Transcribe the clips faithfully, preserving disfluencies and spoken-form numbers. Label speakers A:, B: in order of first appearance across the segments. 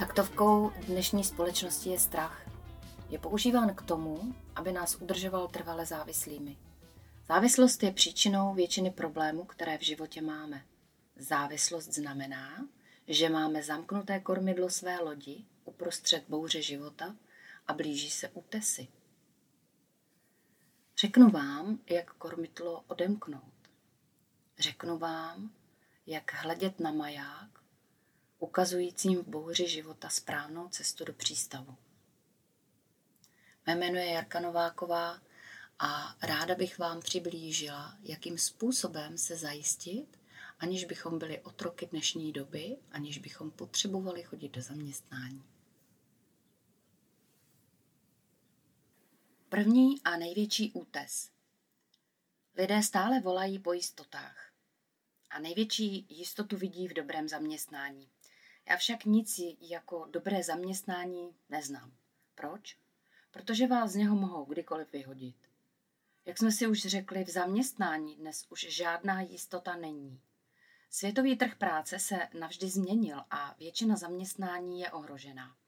A: Taktovkou dnešní společnosti je strach. Je používán k tomu, aby nás udržoval trvale závislými. Závislost je příčinou většiny problémů, které v životě máme. Závislost znamená, že máme zamknuté kormidlo své lodi uprostřed bouře života a blíží se útesy. Řeknu vám, jak kormidlo odemknout. Řeknu vám, jak hledět na maják, ukazujícím v bouři života správnou cestu do přístavu. Mé jméno je Jarka Nováková a ráda bych vám přiblížila, jakým způsobem se zajistit, aniž bychom byli otroky dnešní doby, aniž bychom potřebovali chodit do zaměstnání. První a největší útes. Lidé stále volají po jistotách. A největší jistotu vidí v dobrém zaměstnání. Já však nic jako dobré zaměstnání neznám. Proč? Protože vás z něho mohou kdykoliv vyhodit. Jak jsme si už řekli, v zaměstnání dnes už žádná jistota není. Světový trh práce se navždy změnil a většina zaměstnání je ohrožená.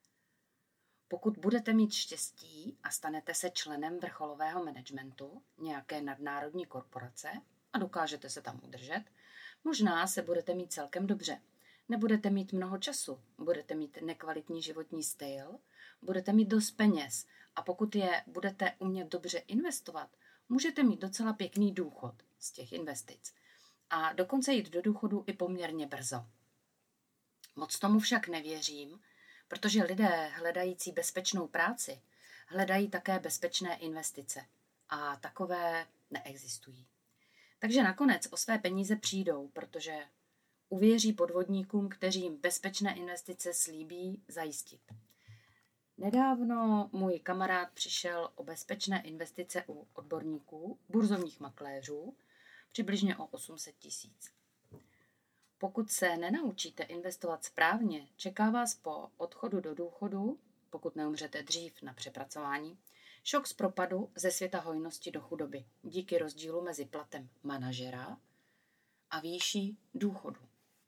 A: Pokud budete mít štěstí a stanete se členem vrcholového managementu nějaké nadnárodní korporace a dokážete se tam udržet, možná se budete mít celkem dobře. Nebudete mít mnoho času, budete mít nekvalitní životní styl, budete mít dost peněz a pokud je budete umět dobře investovat, můžete mít docela pěkný důchod z těch investic a dokonce jít do důchodu i poměrně brzo. Moc tomu však nevěřím, protože lidé hledající bezpečnou práci hledají také bezpečné investice a takové neexistují. Takže nakonec o své peníze přijdou, protože uvěří podvodníkům, kteří jim bezpečné investice slíbí zajistit. Nedávno můj kamarád přišel o bezpečné investice u odborníků, burzovních makléřů, přibližně o osm set tisíc. Pokud se nenaučíte investovat správně, čeká vás po odchodu do důchodu, pokud neumřete dřív na přepracování, šok z propadu ze světa hojnosti do chudoby díky rozdílu mezi platem manažera a výší důchodu.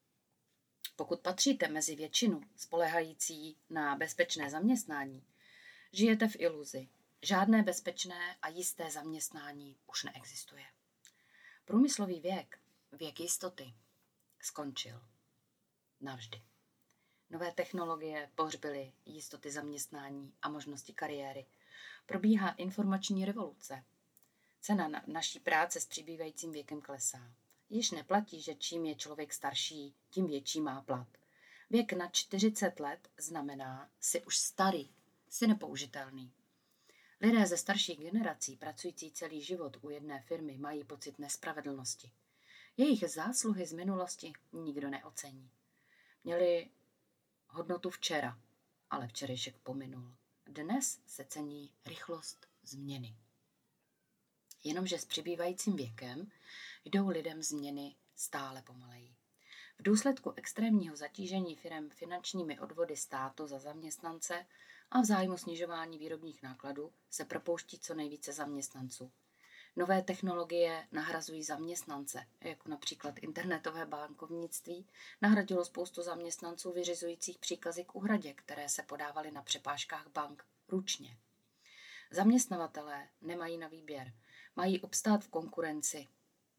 A: Pokud patříte mezi většinu spoléhající na bezpečné zaměstnání, žijete v iluzi. Žádné bezpečné a jisté zaměstnání už neexistuje. Průmyslový věk, věk jistoty, skončil. Navždy. Nové technologie pohřbily jistoty zaměstnání a možnosti kariéry. Probíhá informační revoluce. Cena na naší práce s přibývajícím věkem klesá. Již neplatí, že čím je člověk starší, tím větší má plat. Věk na čtyřicet let znamená si už starý, si nepoužitelný. Lidé ze starších generací, pracující celý život u jedné firmy, mají pocit nespravedlnosti. Jejich zásluhy z minulosti nikdo neocení. Měli hodnotu včera, ale včerejšek pominul. Dnes se cení rychlost změny. Jenomže s přibývajícím věkem jdou lidem změny stále pomaleji. V důsledku extrémního zatížení firem finančními odvody státu za zaměstnance a v zájmu snižování výrobních nákladů se propouští co nejvíce zaměstnanců. Nové technologie nahrazují zaměstnance, jako například internetové bankovnictví nahradilo spoustu zaměstnanců vyřizujících příkazy k úhradě, které se podávaly na přepážkách bank ručně. Zaměstnavatelé nemají na výběr, mají obstát v konkurenci.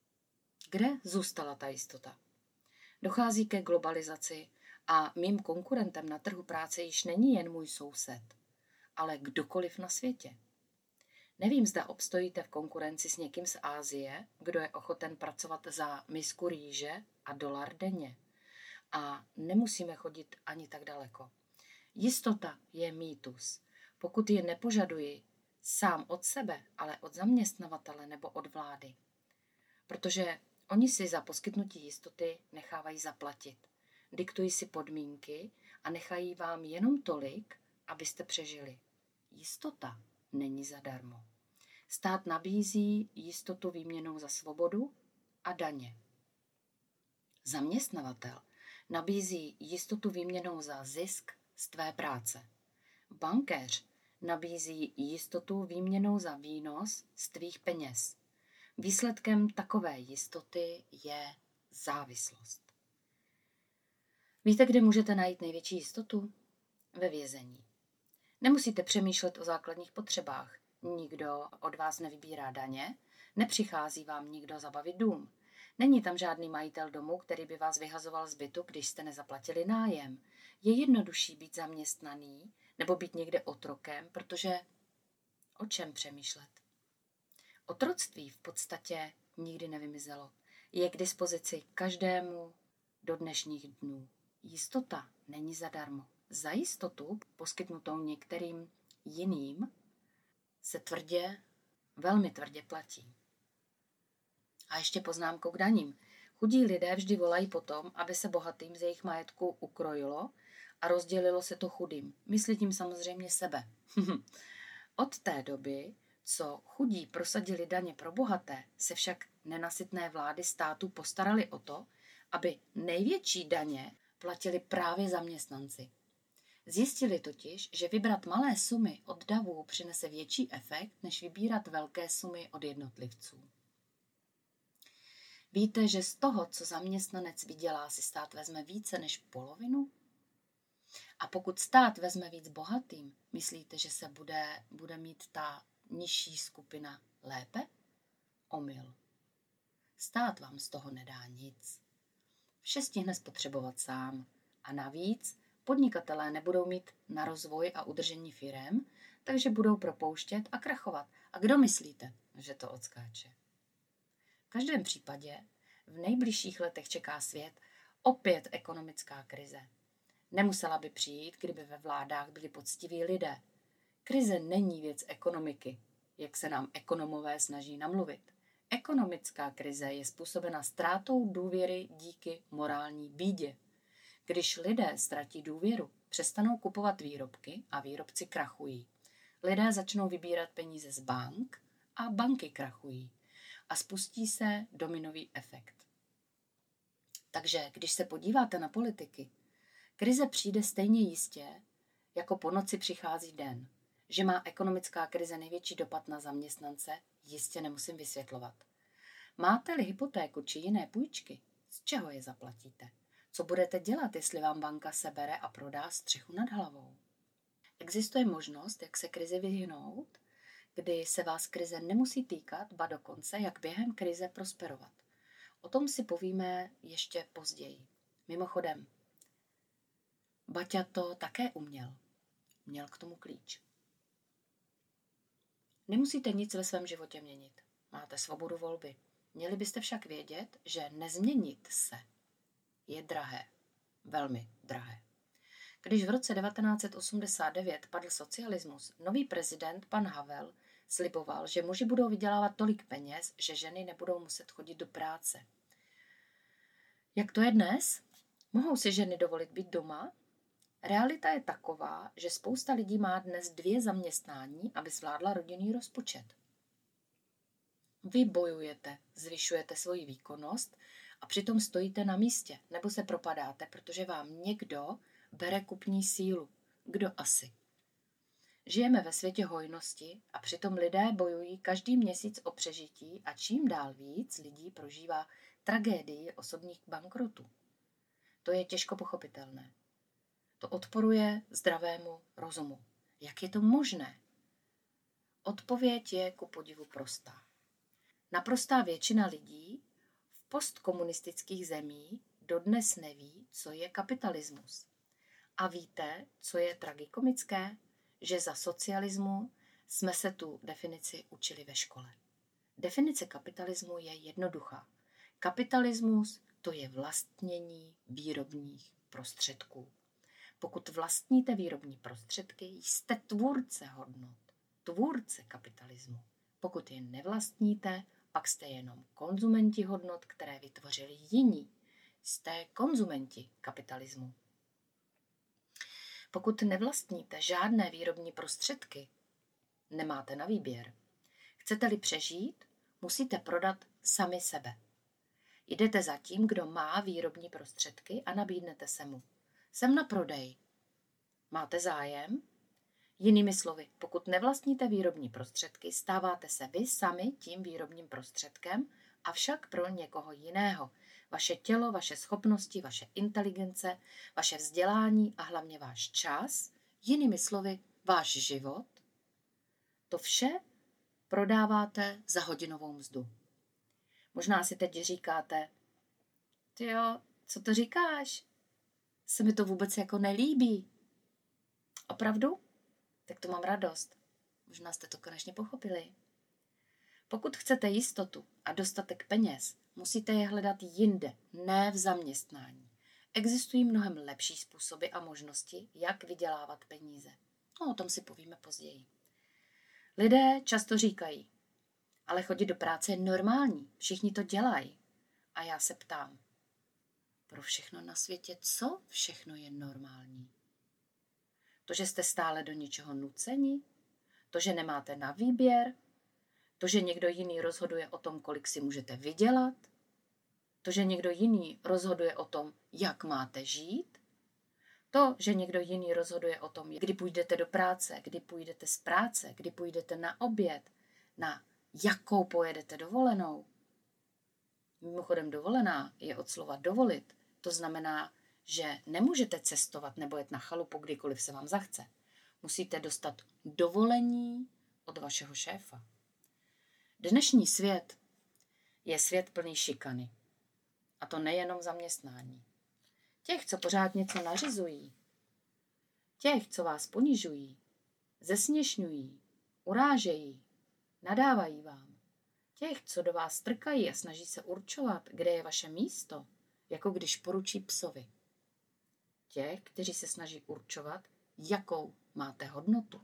A: Kde zůstala ta jistota? Dochází ke globalizaci a mým konkurentem na trhu práce již není jen můj soused, ale kdokoliv na světě. Nevím, zda obstojíte v konkurenci s někým z Asie, kdo je ochoten pracovat za misku rýže a dolar denně. A nemusíme chodit ani tak daleko. Jistota je mýtus. Pokud ji nepožaduji sám od sebe, ale od zaměstnavatele nebo od vlády. Protože oni si za poskytnutí jistoty nechávají zaplatit. Diktují si podmínky a nechají vám jenom tolik, abyste přežili. Jistota není zadarmo. Stát nabízí jistotu výměnou za svobodu a daně. Zaměstnavatel nabízí jistotu výměnou za zisk z tvé práce. Bankéř nabízí jistotu výměnou za výnos z tvých peněz. Výsledkem takové jistoty je závislost. Víte, kde můžete najít největší jistotu? ve vězení. Nemusíte přemýšlet o základních potřebách. Nikdo od vás nevybírá daně, nepřichází vám nikdo zabavit dům. Není tam žádný majitel domu, který by vás vyhazoval z bytu, když jste nezaplatili nájem. Je jednodušší být zaměstnaný nebo být někde otrokem, protože o čem přemýšlet? Otroctví v podstatě nikdy nevymizelo. Je k dispozici každému do dnešních dnů. Jistota není zadarmo. Za jistotu, poskytnutou některým jiným, se tvrdě, velmi tvrdě platí. A ještě poznámkou k daním. Chudí lidé vždy volají potom, aby se bohatým z jejich majetku ukrojilo a rozdělilo se to chudým. Myslí tím samozřejmě sebe. Od té doby, co chudí prosadili daně pro bohaté, se však nenasytné vlády států postarali o to, aby největší daně platili právě zaměstnanci. Zjistili totiž, že vybrat malé sumy od davů přinese větší efekt, než vybírat velké sumy od jednotlivců. Víte, že z toho, co zaměstnanec vydělá, si stát vezme více než polovinu? A pokud stát vezme víc bohatým, myslíte, že se bude, bude mít ta nižší skupina lépe? Omyl. Stát vám z toho nedá nic. Vše stihne spotřebovat sám. A navíc podnikatelé nebudou mít na rozvoj a udržení firem, takže budou propouštět a krachovat. A kdo myslíte, že to odskáče? V každém případě v nejbližších letech čeká svět opět ekonomická krize. Nemusela by přijít, kdyby ve vládách byli poctiví lidé. Krize není věc ekonomiky, jak se nám ekonomové snaží namluvit. Ekonomická krize je způsobena ztrátou důvěry díky morální bídě. Když lidé ztratí důvěru, přestanou kupovat výrobky a výrobci krachují. Lidé začnou vybírat peníze z bank a banky krachují. A spustí se dominový efekt. Takže když se podíváte na politiky, krize přijde stejně jistě, jako po noci přichází den. Že má ekonomická krize největší dopad na zaměstnance, jistě nemusím vysvětlovat. Máte-li hypotéku či jiné půjčky, z čeho je zaplatíte? Co budete dělat, jestli vám banka sebere a prodá střechu nad hlavou? Existuje možnost, jak se krizi vyhnout, kdy se vás krize nemusí týkat, ba dokonce, jak během krize prosperovat. O tom si povíme ještě později. Mimochodem, Baťa to také uměl. Měl k tomu klíč. Nemusíte nic ve svém životě měnit. Máte svobodu volby. Měli byste však vědět, že nezměnit se je drahé. Velmi drahé. Když v roce devatenáct set osmdesát devět padl socialismus, nový prezident pan Havel sliboval, že muži budou vydělávat tolik peněz, že ženy nebudou muset chodit do práce. Jak to je dnes? Mohou si ženy dovolit být doma? Realita je taková, že spousta lidí má dnes dvě zaměstnání, aby zvládla rodinný rozpočet. Vy bojujete, zvyšujete svoji výkonnost a přitom stojíte na místě nebo se propadáte, protože vám někdo bere kupní sílu. Kdo asi? Žijeme ve světě hojnosti a přitom lidé bojují každý měsíc o přežití a čím dál víc lidí prožívá tragédii osobních bankrotů. To je těžko pochopitelné. To odporuje zdravému rozumu. Jak je to možné? Odpověď je ku podivu prostá. Naprostá většina lidí v postkomunistických zemích dodnes neví, co je kapitalismus. A víte, co je tragikomické? Že za socialismu jsme se tu definici učili ve škole. Definice kapitalismu je jednoduchá. Kapitalismus to je vlastnění výrobních prostředků. Pokud vlastníte výrobní prostředky, jste tvůrce hodnot, tvůrce kapitalismu. Pokud je nevlastníte, pak jste jenom konzumenti hodnot, které vytvořili jiní. Jste konzumenti kapitalismu. Pokud nevlastníte žádné výrobní prostředky, nemáte na výběr. Chcete-li přežít, musíte prodat sami sebe. Jdete za tím, kdo má výrobní prostředky a nabídnete se mu. Jsem na prodej. Máte zájem? Jinými slovy, pokud nevlastníte výrobní prostředky, stáváte se vy sami tím výrobním prostředkem, avšak pro někoho jiného. Vaše tělo, vaše schopnosti, vaše inteligence, vaše vzdělání a hlavně váš čas jinými slovy váš život, to vše prodáváte za hodinovou mzdu. Možná si teď říkáte, tyjo, co to říkáš? Se mi to vůbec jako nelíbí. Opravdu? Tak to mám radost. Možná jste to konečně pochopili. Pokud chcete jistotu a dostatek peněz, musíte je hledat jinde, ne v zaměstnání. Existují mnohem lepší způsoby a možnosti, jak vydělávat peníze. No, o tom si povíme později. Lidé často říkají, ale chodit do práce je normální, všichni to dělají. A já se ptám, pro všechno na světě, co všechno je normální? To, že jste stále do něčeho nuceni? To, že nemáte na výběr? To, že někdo jiný rozhoduje o tom, kolik si můžete vydělat? To, že někdo jiný rozhoduje o tom, jak máte žít? To, že někdo jiný rozhoduje o tom, kdy půjdete do práce, kdy půjdete z práce, kdy půjdete na oběd, na jakou pojedete dovolenou? Mimochodem dovolená je od slova dovolit. To znamená, že nemůžete cestovat nebo jet na chalupu, kdykoliv se vám zachce. Musíte dostat dovolení od vašeho šéfa. Dnešní svět je svět plný šikany. A to nejenom v zaměstnání. Těch, co pořád něco nařizují, těch, co vás ponižují, zesměšňují, urážejí, nadávají vám, těch, co do vás trkají a snaží se určovat, kde je vaše místo, jako když poručí psovi. Těch, kteří se snaží určovat, jakou máte hodnotu.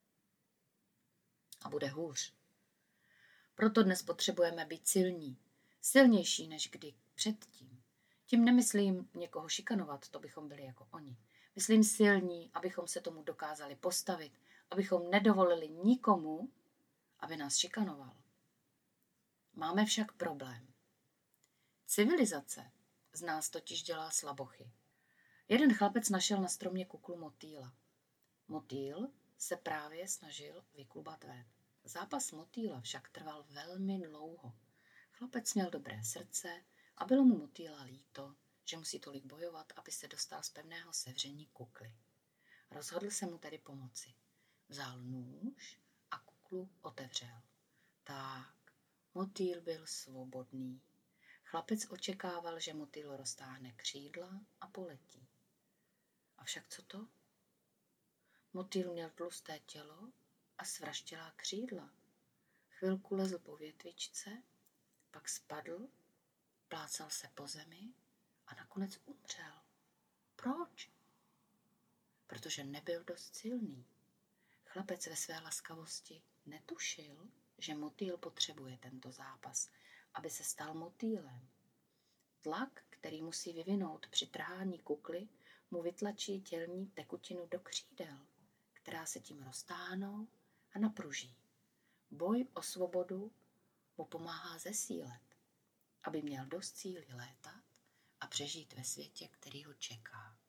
A: A bude hůř. Proto dnes potřebujeme být silní, silnější než kdy předtím. Tím nemyslím někoho šikanovat, to bychom byli jako oni. Myslím silní, abychom se tomu dokázali postavit, abychom nedovolili nikomu, aby nás šikanoval. Máme však problém. Civilizace z nás totiž dělá slabochy. Jeden chlapec našel na stromě kuklu motýla. Motýl se právě snažil vyklubat ven. Zápas motýla však trval velmi dlouho. Chlapec měl dobré srdce a bylo mu motýla líto, že musí tolik bojovat, aby se dostal z pevného sevření kukly. Rozhodl se mu tedy pomoci. Vzal nůž a kuklu otevřel. Tak, motýl byl svobodný. Chlapec očekával, že motýl roztáhne křídla a poletí. Avšak co to? Motýl měl tlusté tělo a svraštělá křídla. Chvilku lezl po větvičce, pak spadl, plácal se po zemi a nakonec umřel. Proč? Protože nebyl dost silný. Chlapec ve své laskavosti netušil, že motýl potřebuje tento zápas, aby se stal motýlem. Tlak, který musí vyvinout při trhání kukly, mu vytlačí tělní tekutinu do křídel, která se tím roztáhnou a napruží. Boj o svobodu mu pomáhá zesílet, aby měl dost síly létat a přežít ve světě, který ho čeká.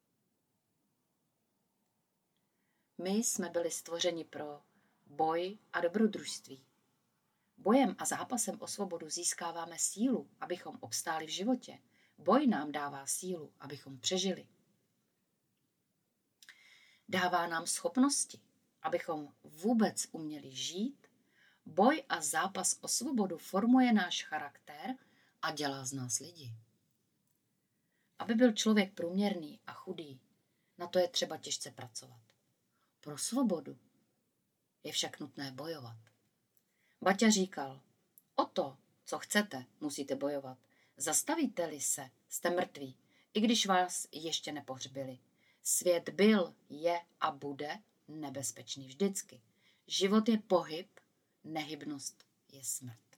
A: My jsme byli stvořeni pro boj a dobrodružství. Bojem a zápasem o svobodu získáváme sílu, abychom obstáli v životě. Boj nám dává sílu, abychom přežili. Dává nám schopnosti, abychom vůbec uměli žít. Boj a zápas o svobodu formuje náš charakter a dělá z nás lidi. Aby byl člověk průměrný a chudý, na to je třeba těžce pracovat. Pro svobodu je však nutné bojovat. Baťa říkal, o to, co chcete, musíte bojovat. Zastavíte-li se, jste mrtví, i když vás ještě nepohřbili. Svět byl, je a bude nebezpečný vždycky. Život je pohyb, nehybnost je smrt.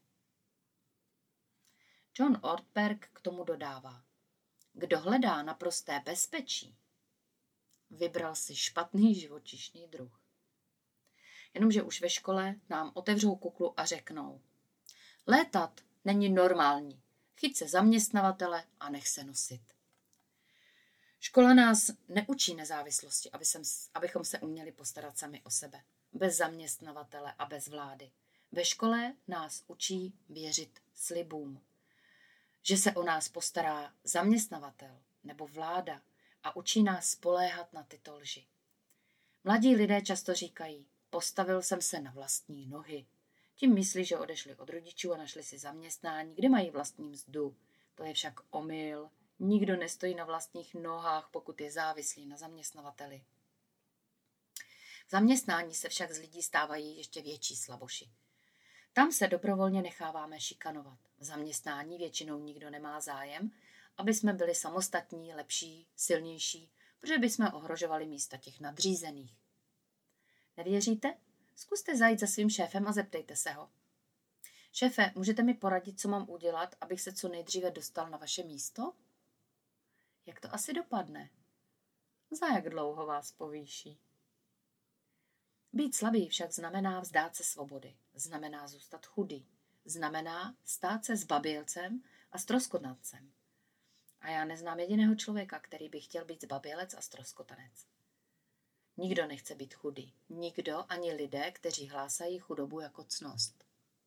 A: John Ortberg k tomu dodává, kdo hledá naprosté bezpečí, vybral si špatný živočišný druh. Jenomže už ve škole nám otevřou kuklu a řeknou, létat není normální, chyť se zaměstnavatele a nech se nosit. Škola nás neučí nezávislosti, aby sem, abychom se uměli postarat sami o sebe, bez zaměstnavatele a bez vlády. Ve škole nás učí věřit slibům, že se o nás postará zaměstnavatel nebo vláda a učí nás spoléhat na tyto lži. Mladí lidé často říkají, postavil jsem se na vlastní nohy. Tím myslí, že odešli od rodičů a našli si zaměstnání, kde mají vlastní mzdu. To je však omyl. Nikdo nestojí na vlastních nohách, pokud je závislý na zaměstnavateli. V zaměstnání se však z lidí stávají ještě větší slaboši. Tam se dobrovolně necháváme šikanovat. V zaměstnání většinou nikdo nemá zájem, aby jsme byli samostatní, lepší, silnější, protože bychom ohrožovali místa těch nadřízených. Nevěříte? Zkuste zajít za svým šéfem a zeptejte se ho. Šéfe, můžete mi poradit, co mám udělat, abych se co nejdříve dostal na vaše místo? Jak to asi dopadne? Za jak dlouho vás povýší? Být slabý však znamená vzdát se svobody, znamená zůstat chudý, znamená stát se zbabělcem a ztroskotacem. A já neznám jediného člověka, který by chtěl být zbabělec a ztroskotanec. Nikdo nechce být chudý, nikdo ani lidé, kteří hlásají chudobu jako ctnost.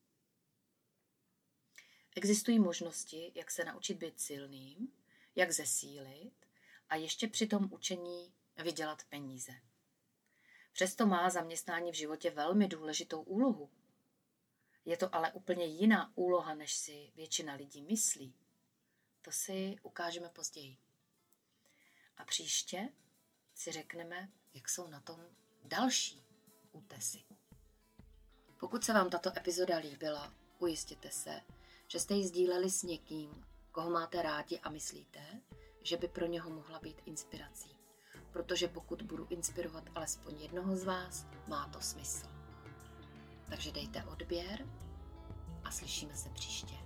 A: Existují možnosti, jak se naučit být silným, jak zesílit a ještě při tom učení vydělat peníze. Přesto má zaměstnání v životě velmi důležitou úlohu. Je to ale úplně jiná úloha, než si většina lidí myslí. To si ukážeme později. A příště si řekneme, jak jsou na tom další útesy. Pokud se vám tato epizoda líbila, ujistěte se, že jste ji sdíleli s někým, koho máte rádi a myslíte, že by pro něho mohla být inspirací. Protože pokud budu inspirovat alespoň jednoho z vás, má to smysl. Takže dejte odběr a slyšíme se příště.